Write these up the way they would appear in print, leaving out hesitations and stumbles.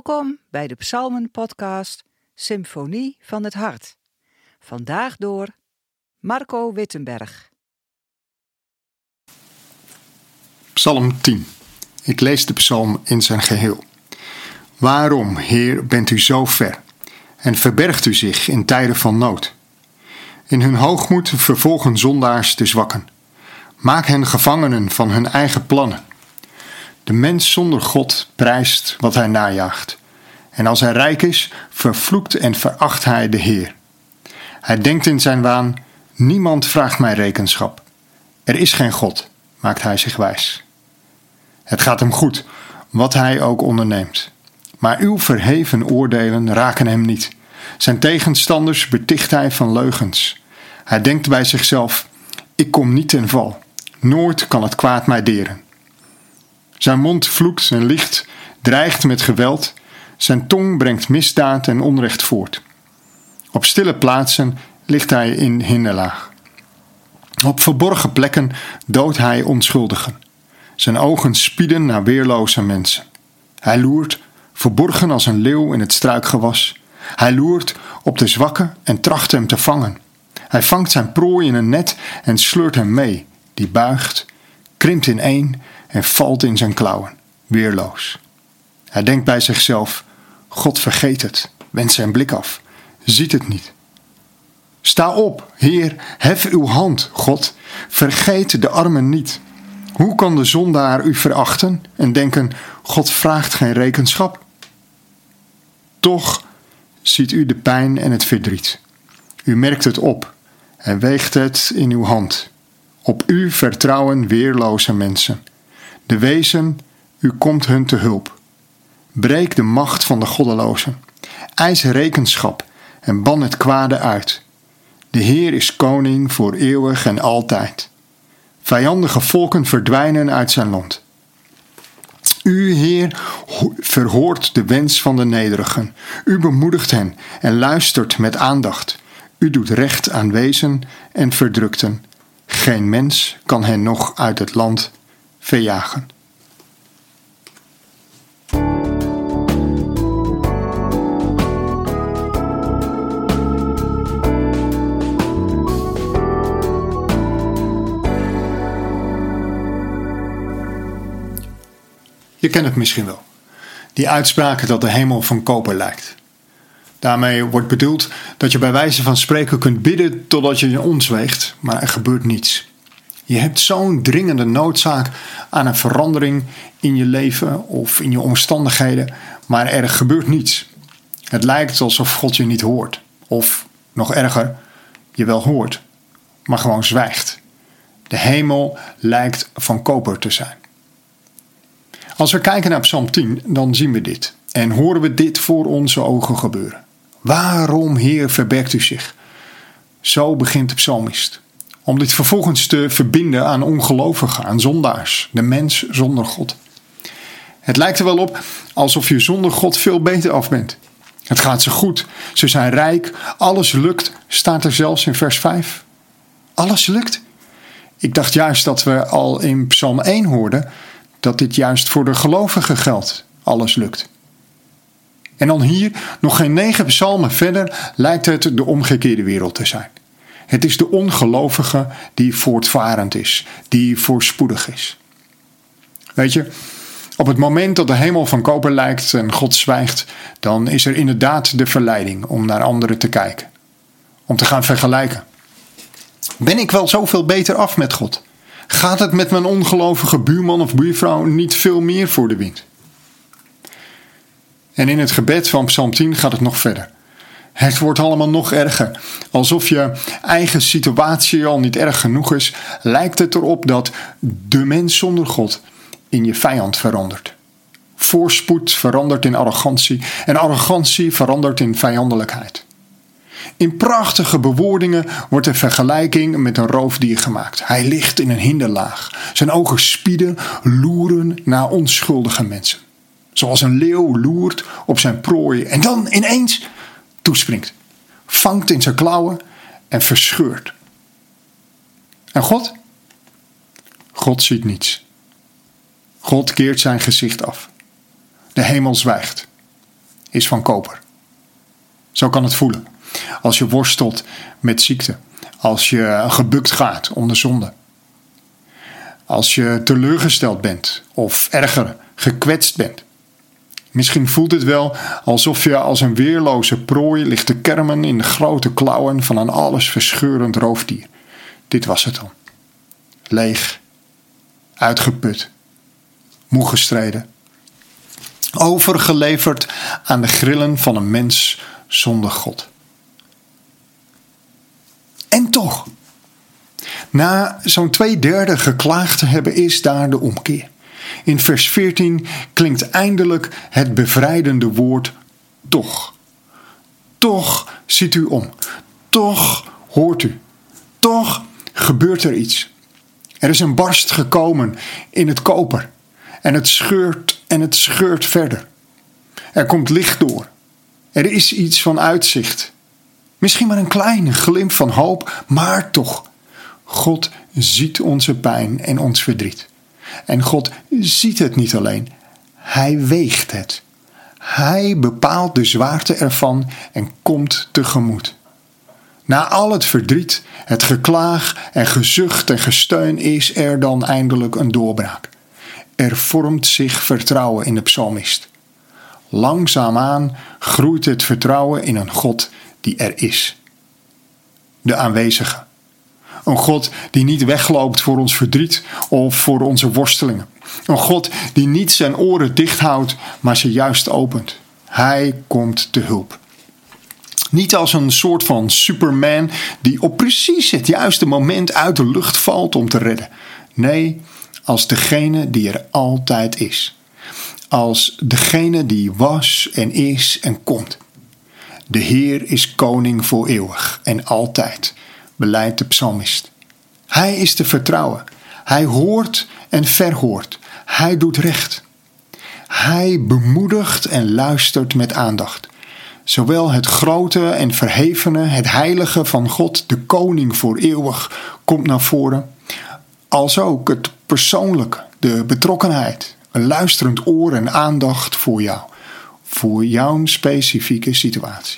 Welkom bij de Psalmen-podcast Symfonie van het Hart. Vandaag door Marco Wittenberg. Psalm 10. Ik lees de psalm in zijn geheel. Waarom, Heer, bent u zo ver en verbergt u zich in tijden van nood? In hun hoogmoed vervolgen zondaars de zwakken. Maak hen gevangenen van hun eigen plannen. De mens zonder God prijst wat hij najaagt. En als hij rijk is, vervloekt en veracht hij de Heer. Hij denkt in zijn waan, niemand vraagt mij rekenschap. Er is geen God, maakt hij zich wijs. Het gaat hem goed, wat hij ook onderneemt. Maar uw verheven oordelen raken hem niet. Zijn tegenstanders beticht hij van leugens. Hij denkt bij zichzelf, ik kom niet ten val. Nooit kan het kwaad mij deren. Zijn mond vloekt en liegt, dreigt met geweld. Zijn tong brengt misdaad en onrecht voort. Op stille plaatsen ligt hij in hinderlaag. Op verborgen plekken doodt hij onschuldigen. Zijn ogen spieden naar weerloze mensen. Hij loert, verborgen als een leeuw in het struikgewas. Hij loert op de zwakke en tracht hem te vangen. Hij vangt zijn prooi in een net en sleurt hem mee. Die buigt, krimpt ineen en valt in zijn klauwen, weerloos. Hij denkt bij zichzelf, God vergeet het, wendt zijn blik af, ziet het niet. Sta op, Heer, hef uw hand, God, vergeet de armen niet. Hoe kan de zondaar u verachten en denken, God vraagt geen rekenschap? Toch ziet u de pijn en het verdriet. U merkt het op en weegt het in uw hand. Op u vertrouwen weerloze mensen. De wezen, u komt hun te hulp. Breek de macht van de goddelozen. Eis rekenschap en ban het kwade uit. De Heer is koning voor eeuwig en altijd. Vijandige volken verdwijnen uit zijn land. U, Heer, verhoort de wens van de nederigen. U bemoedigt hen en luistert met aandacht. U doet recht aan wezen en verdrukten. Geen mens kan hen nog uit het land verjagen. Je kent het misschien wel. Die uitspraak dat de hemel van koper lijkt. Daarmee wordt bedoeld dat je bij wijze van spreken kunt bidden totdat je ons weegt, maar er gebeurt niets. Je hebt zo'n dringende noodzaak aan een verandering in je leven of in je omstandigheden, maar er gebeurt niets. Het lijkt alsof God je niet hoort. Of, nog erger, je wel hoort, maar gewoon zwijgt. De hemel lijkt van koper te zijn. Als we kijken naar Psalm 10, dan zien we dit. En horen we dit voor onze ogen gebeuren. Waarom, Heer, verbergt u zich? Zo begint de psalmist. Om dit vervolgens te verbinden aan ongelovigen, aan zondaars, de mens zonder God. Het lijkt er wel op alsof je zonder God veel beter af bent. Het gaat ze goed, ze zijn rijk, alles lukt, staat er zelfs in vers 5. Alles lukt? Ik dacht juist dat we al in Psalm 1 hoorden dat dit juist voor de gelovigen geldt, alles lukt. En dan hier, nog geen 9 psalmen verder, lijkt het de omgekeerde wereld te zijn. Het is de ongelovige die voortvarend is, die voorspoedig is. Weet je, op het moment dat de hemel van koper lijkt en God zwijgt, dan is er inderdaad de verleiding om naar anderen te kijken. Om te gaan vergelijken. Ben ik wel zoveel beter af met God? Gaat het met mijn ongelovige buurman of buurvrouw niet veel meer voor de wind? En in het gebed van Psalm 10 gaat het nog verder. Het wordt allemaal nog erger. Alsof je eigen situatie al niet erg genoeg is, lijkt het erop dat de mens zonder God in je vijand verandert. Voorspoed verandert in arrogantie en arrogantie verandert in vijandelijkheid. In prachtige bewoordingen wordt de vergelijking met een roofdier gemaakt. Hij ligt in een hinderlaag. Zijn ogen spieden, loeren naar onschuldige mensen. Zoals een leeuw loert op zijn prooi en dan ineens toespringt. Vangt in zijn klauwen en verscheurt. En God? God ziet niets. God keert zijn gezicht af. De hemel zwijgt. is van koper. Zo kan het voelen. Als je worstelt met ziekte. Als je gebukt gaat onder zonde. Als je teleurgesteld bent of erger, gekwetst bent. Misschien voelt het wel alsof je als een weerloze prooi ligt te kermen in de grote klauwen van een alles verscheurend roofdier. Dit was het dan. Leeg, uitgeput, moe gestreden. Overgeleverd aan de grillen van een mens zonder God. En toch, na zo'n 2/3 geklaagd te hebben, is daar de omkeer. In vers 14 klinkt eindelijk het bevrijdende woord toch. Toch ziet u om. Toch hoort u. Toch gebeurt er iets. Er is een barst gekomen in het koper. En het scheurt verder. Er komt licht door. Er is iets van uitzicht. Misschien maar een kleine glimp van hoop, maar toch. God ziet onze pijn en ons verdriet. En God ziet het niet alleen. Hij weegt het. Hij bepaalt de zwaarte ervan en komt tegemoet. Na al het verdriet, het geklaag en gezucht en gesteun is er dan eindelijk een doorbraak. Er vormt zich vertrouwen in de psalmist. Langzaamaan groeit het vertrouwen in een God die er is. De aanwezige. Een God die niet wegloopt voor ons verdriet of voor onze worstelingen. Een God die niet zijn oren dicht houdt, maar ze juist opent. Hij komt te hulp. Niet als een soort van Superman die op precies het juiste moment uit de lucht valt om te redden. Nee, als degene die er altijd is. Als degene die was en is en komt. De Heer is koning voor eeuwig en altijd, belijdt de psalmist. Hij is te vertrouwen. Hij hoort en verhoort. Hij doet recht. Hij bemoedigt en luistert met aandacht. Zowel het grote en verhevene, het heilige van God, de koning voor eeuwig, komt naar voren, als ook het persoonlijke, de betrokkenheid, een luisterend oor en aandacht voor jouw specifieke situatie.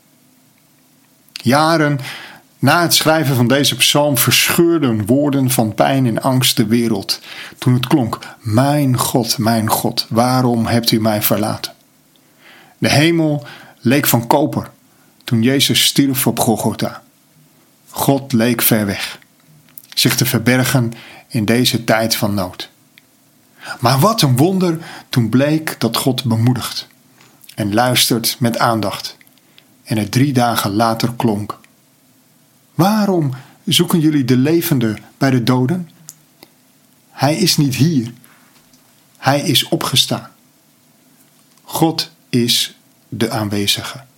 Jaren na het schrijven van deze psalm verscheurden woorden van pijn en angst de wereld, toen het klonk: mijn God, waarom hebt u mij verlaten? De hemel leek van koper toen Jezus stierf op Golgotha. God leek ver weg, zich te verbergen in deze tijd van nood. Maar wat een wonder toen bleek dat God bemoedigt en luistert met aandacht en het 3 dagen later klonk: waarom zoeken jullie de levende bij de doden? Hij is niet hier. Hij is opgestaan. God is de aanwezige.